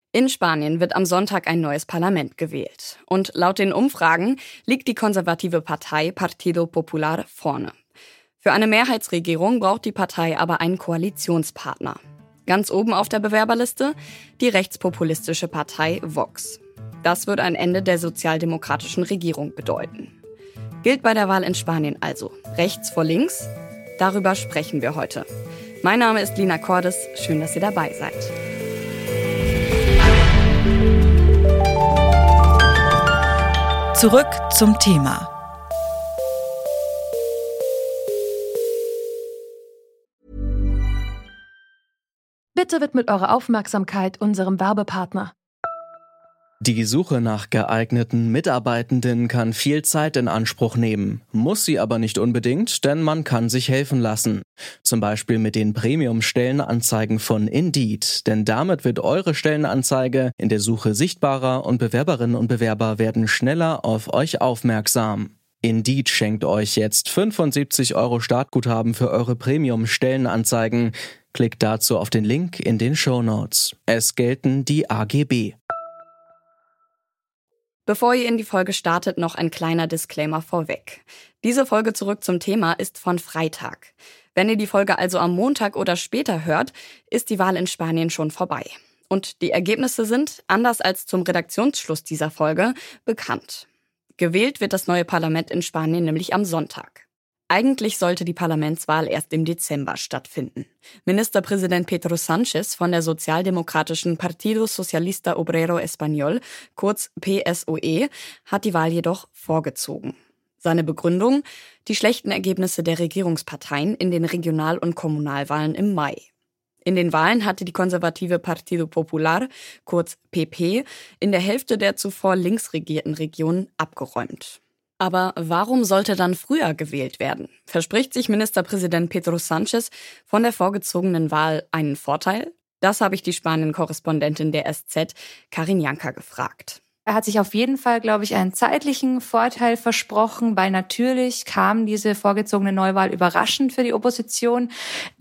In Spanien wird am Sonntag ein neues Parlament gewählt. Und laut den Umfragen liegt die konservative Partei Partido Popular vorne. Für eine Mehrheitsregierung braucht die Partei aber einen Koalitionspartner. Ganz oben auf der Bewerberliste die rechtspopulistische Partei Vox. Das wird ein Ende der sozialdemokratischen Regierung bedeuten. Gilt bei der Wahl in Spanien also rechts vor links? Darüber sprechen wir heute. Mein Name ist Lina Cordes. Schön, dass ihr dabei seid. Zurück zum Thema. Bitte widmet eure Aufmerksamkeit unserem Werbepartner. Die Suche nach geeigneten Mitarbeitenden kann viel Zeit in Anspruch nehmen, muss sie aber nicht unbedingt, denn man kann sich helfen lassen. Zum Beispiel mit den Premium-Stellenanzeigen von Indeed, denn damit wird eure Stellenanzeige in der Suche sichtbarer und Bewerberinnen und Bewerber werden schneller auf euch aufmerksam. Indeed schenkt euch jetzt 75 € Startguthaben für eure Premium-Stellenanzeigen. Klickt dazu auf den Link in den Shownotes. Es gelten die AGB. Bevor ihr in die Folge startet, noch ein kleiner Disclaimer vorweg. Diese Folge Zurück zum Thema ist von Freitag. Wenn ihr die Folge also am Montag oder später hört, ist die Wahl in Spanien schon vorbei. Und die Ergebnisse sind, anders als zum Redaktionsschluss dieser Folge, bekannt. Gewählt wird das neue Parlament in Spanien nämlich am Sonntag. Eigentlich sollte die Parlamentswahl erst im Dezember stattfinden. Ministerpräsident Pedro Sánchez von der sozialdemokratischen Partido Socialista Obrero Español, kurz PSOE, hat die Wahl jedoch vorgezogen. Seine Begründung? Die schlechten Ergebnisse der Regierungsparteien in den Regional- und Kommunalwahlen im Mai. In den Wahlen hatte die konservative Partido Popular, kurz PP, in der Hälfte der zuvor links regierten Regionen abgeräumt. Aber warum sollte dann früher gewählt werden? Verspricht sich Ministerpräsident Pedro Sánchez von der vorgezogenen Wahl einen Vorteil? Das habe ich die Spanien-Korrespondentin der SZ, Karin Janka, gefragt. Er hat sich auf jeden Fall, glaube ich, einen zeitlichen Vorteil versprochen, weil natürlich kam diese vorgezogene Neuwahl überraschend für die Opposition.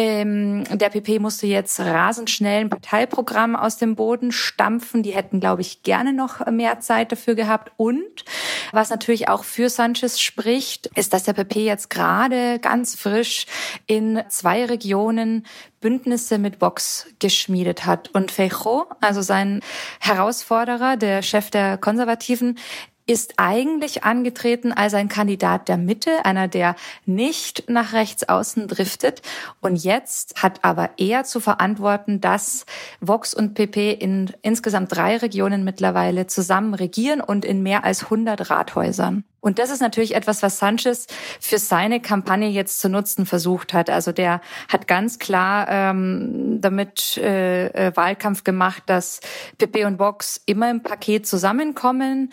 Der PP musste jetzt rasend schnell ein Parteiprogramm aus dem Boden stampfen. Die hätten, glaube ich, gerne noch mehr Zeit dafür gehabt. Und was natürlich auch für Sánchez spricht, ist, dass der PP jetzt gerade ganz frisch in 2 Regionen Bündnisse mit Vox geschmiedet hat. Und Feijóo, also sein Herausforderer, der Chef der Konservativen, ist eigentlich angetreten als ein Kandidat der Mitte, einer, der nicht nach rechts außen driftet. Und jetzt hat aber er zu verantworten, dass Vox und PP in insgesamt 3 Regionen mittlerweile zusammen regieren und in mehr als 100 Rathäusern. Und das ist natürlich etwas, was Sánchez für seine Kampagne jetzt zu nutzen versucht hat. Also der hat ganz klar damit Wahlkampf gemacht, dass PP und Vox immer im Paket zusammenkommen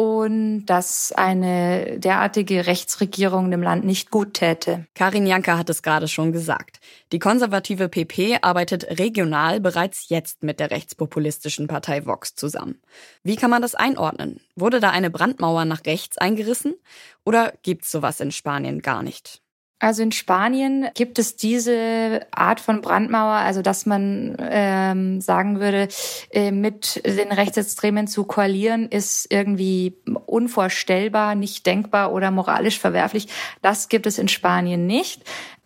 und dass eine derartige Rechtsregierung dem Land nicht gut täte. Karin Janka hat es gerade schon gesagt. Die konservative PP arbeitet regional bereits jetzt mit der rechtspopulistischen Partei Vox zusammen. Wie kann man das einordnen? Wurde da eine Brandmauer nach rechts eingerissen? Oder gibt's sowas in Spanien gar nicht? Also in Spanien gibt es diese Art von Brandmauer, also dass man sagen würde, mit den Rechtsextremen zu koalieren, ist irgendwie unvorstellbar, nicht denkbar oder moralisch verwerflich. Das gibt es in Spanien nicht.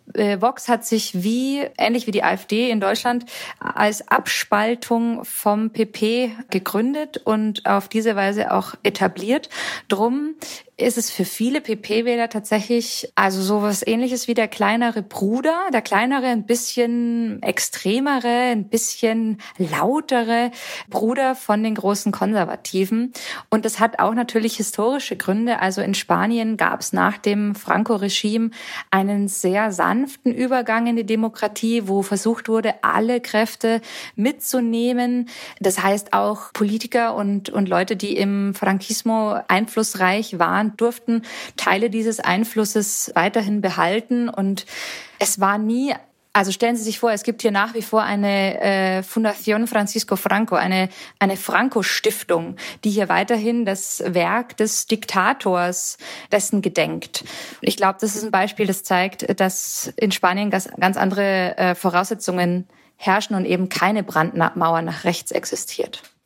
Vox hat sich ähnlich wie die AfD in Deutschland als Abspaltung vom PP gegründet und auf diese Weise auch etabliert. Drum ist es für viele PP-Wähler tatsächlich also sowas Ähnliches wie der kleinere Bruder, der kleinere, ein bisschen extremere, ein bisschen lautere Bruder von den großen Konservativen. Und das hat auch natürlich historische Gründe. Also in Spanien gab es nach dem Franco-Regime einen sehr sanften Übergang in die Demokratie, wo versucht wurde, alle Kräfte mitzunehmen. Das heißt auch Politiker und Leute, die im Frankismo einflussreich waren, durften Teile dieses Einflusses weiterhin behalten. Und es war nie, also stellen Sie sich vor, es gibt hier nach wie vor eine Fundación Francisco Franco, eine Franco-Stiftung, die hier weiterhin das Werk des Diktators dessen gedenkt. Ich glaube, das ist ein Beispiel, das zeigt, dass in Spanien ganz andere Voraussetzungen herrschen und eben keine Brandmauer nach rechts existiert.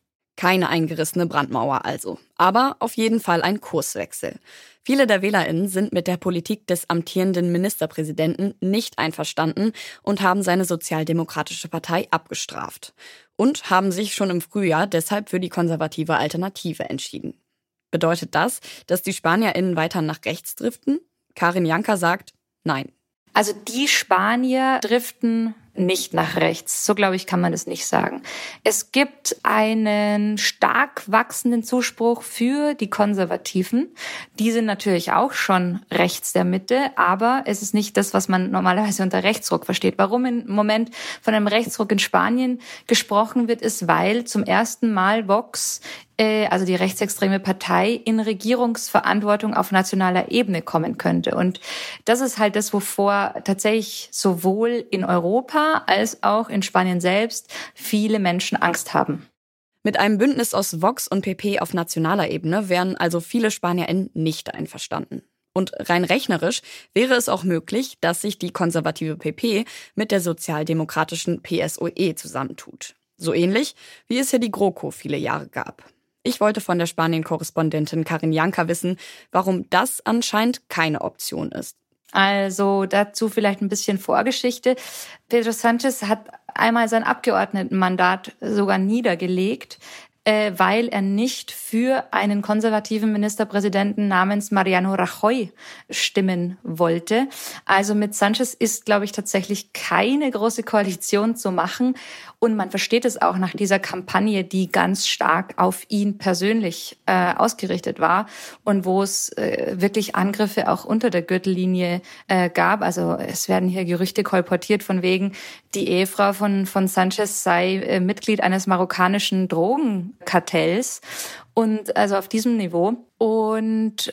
Keine eingerissene Brandmauer also, aber auf jeden Fall ein Kurswechsel. Viele der WählerInnen sind mit der Politik des amtierenden Ministerpräsidenten nicht einverstanden und haben seine Sozialdemokratische Partei abgestraft. Und haben sich schon im Frühjahr deshalb für die konservative Alternative entschieden. Bedeutet das, dass die SpanierInnen weiter nach rechts driften? Karin Janka sagt, nein. Also die Spanier driften nicht nach rechts. So, glaube ich, kann man es nicht sagen. Es gibt einen stark wachsenden Zuspruch für die Konservativen. Die sind natürlich auch schon rechts der Mitte, aber es ist nicht das, was man normalerweise unter Rechtsruck versteht. Warum im Moment von einem Rechtsruck in Spanien gesprochen wird, ist, weil zum ersten Mal Vox, also die rechtsextreme Partei, in Regierungsverantwortung auf nationaler Ebene kommen könnte. Und das ist halt das, wovor tatsächlich sowohl in Europa als auch in Spanien selbst viele Menschen Angst haben. Mit einem Bündnis aus Vox und PP auf nationaler Ebene wären also viele SpanierInnen nicht einverstanden. Und rein rechnerisch wäre es auch möglich, dass sich die konservative PP mit der sozialdemokratischen PSOE zusammentut. So ähnlich, wie es hier die GroKo viele Jahre gab. Ich wollte von der Spanien-Korrespondentin Karin Janka wissen, warum das anscheinend keine Option ist. Also dazu vielleicht ein bisschen Vorgeschichte. Pedro Sánchez hat einmal sein Abgeordnetenmandat sogar niedergelegt, weil er nicht für einen konservativen Ministerpräsidenten namens Mariano Rajoy stimmen wollte. Also mit Sánchez ist, glaube ich, tatsächlich keine große Koalition zu machen. Und man versteht es auch nach dieser Kampagne, die ganz stark auf ihn persönlich ausgerichtet war und wo es wirklich Angriffe auch unter der Gürtellinie gab. Also es werden hier Gerüchte kolportiert von wegen, die Ehefrau von Sánchez sei Mitglied eines marokkanischen Drogenkartells. Und also auf diesem Niveau. Und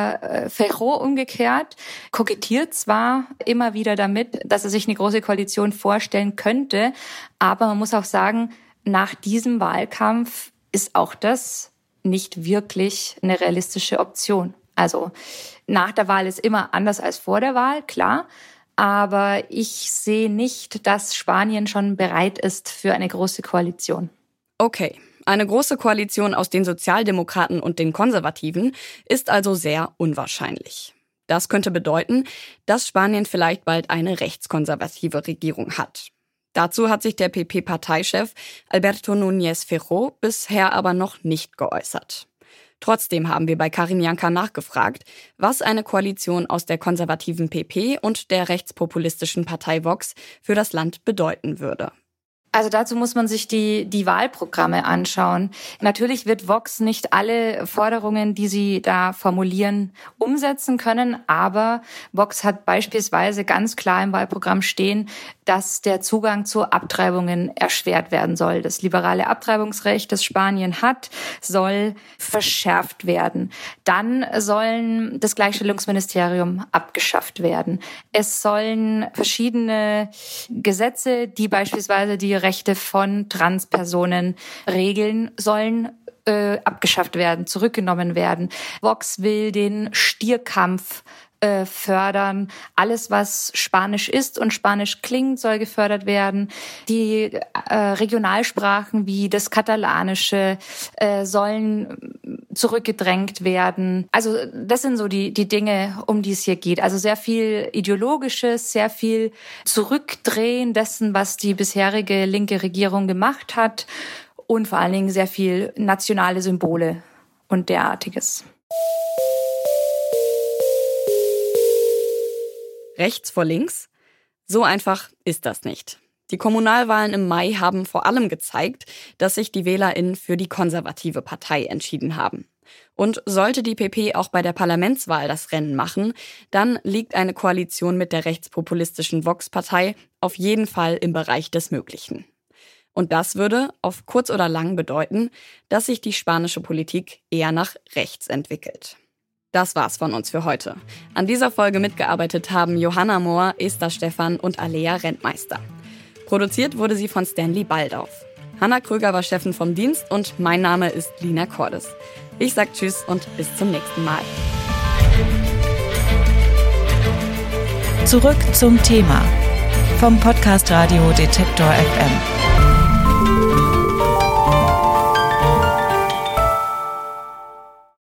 Feijóo umgekehrt kokettiert zwar immer wieder damit, dass er sich eine große Koalition vorstellen könnte, aber man muss auch sagen, nach diesem Wahlkampf ist auch das nicht wirklich eine realistische Option. Also nach der Wahl ist immer anders als vor der Wahl, klar. Aber ich sehe nicht, dass Spanien schon bereit ist für eine große Koalition. Okay. Eine große Koalition aus den Sozialdemokraten und den Konservativen ist also sehr unwahrscheinlich. Das könnte bedeuten, dass Spanien vielleicht bald eine rechtskonservative Regierung hat. Dazu hat sich der PP-Parteichef Alberto Núñez Feijóo bisher aber noch nicht geäußert. Trotzdem haben wir bei Karin Janka nachgefragt, was eine Koalition aus der konservativen PP und der rechtspopulistischen Partei Vox für das Land bedeuten würde. Also dazu muss man sich die Wahlprogramme anschauen. Natürlich wird Vox nicht alle Forderungen, die sie da formulieren, umsetzen können, aber Vox hat beispielsweise ganz klar im Wahlprogramm stehen, dass der Zugang zu Abtreibungen erschwert werden soll. Das liberale Abtreibungsrecht, das Spanien hat, soll verschärft werden. Dann sollen das Gleichstellungsministerium abgeschafft werden. Es sollen verschiedene Gesetze, die beispielsweise die Rechte von Transpersonen regeln, sollen abgeschafft werden, zurückgenommen werden. Vox will den Stierkampf fördern. Alles, was Spanisch ist und Spanisch klingt, soll gefördert werden. Die Regionalsprachen wie das Katalanische sollen zurückgedrängt werden. Also das sind so die Dinge, um die es hier geht. Also sehr viel Ideologisches, sehr viel Zurückdrehen dessen, was die bisherige linke Regierung gemacht hat und vor allen Dingen sehr viel nationale Symbole und derartiges. Rechts vor links? So einfach ist das nicht. Die Kommunalwahlen im Mai haben vor allem gezeigt, dass sich die WählerInnen für die konservative Partei entschieden haben. Und sollte die PP auch bei der Parlamentswahl das Rennen machen, dann liegt eine Koalition mit der rechtspopulistischen Vox-Partei auf jeden Fall im Bereich des Möglichen. Und das würde auf kurz oder lang bedeuten, dass sich die spanische Politik eher nach rechts entwickelt. Das war's von uns für heute. An dieser Folge mitgearbeitet haben Johanna Mohr, Esther Stephan und Alea Rentmeister. Produziert wurde sie von Stanley Baldauf. Hanna Kröger war Chefin vom Dienst und mein Name ist Lina Cordes. Ich sag Tschüss und bis zum nächsten Mal. Zurück zum Thema vom Podcast Radio Detektor FM.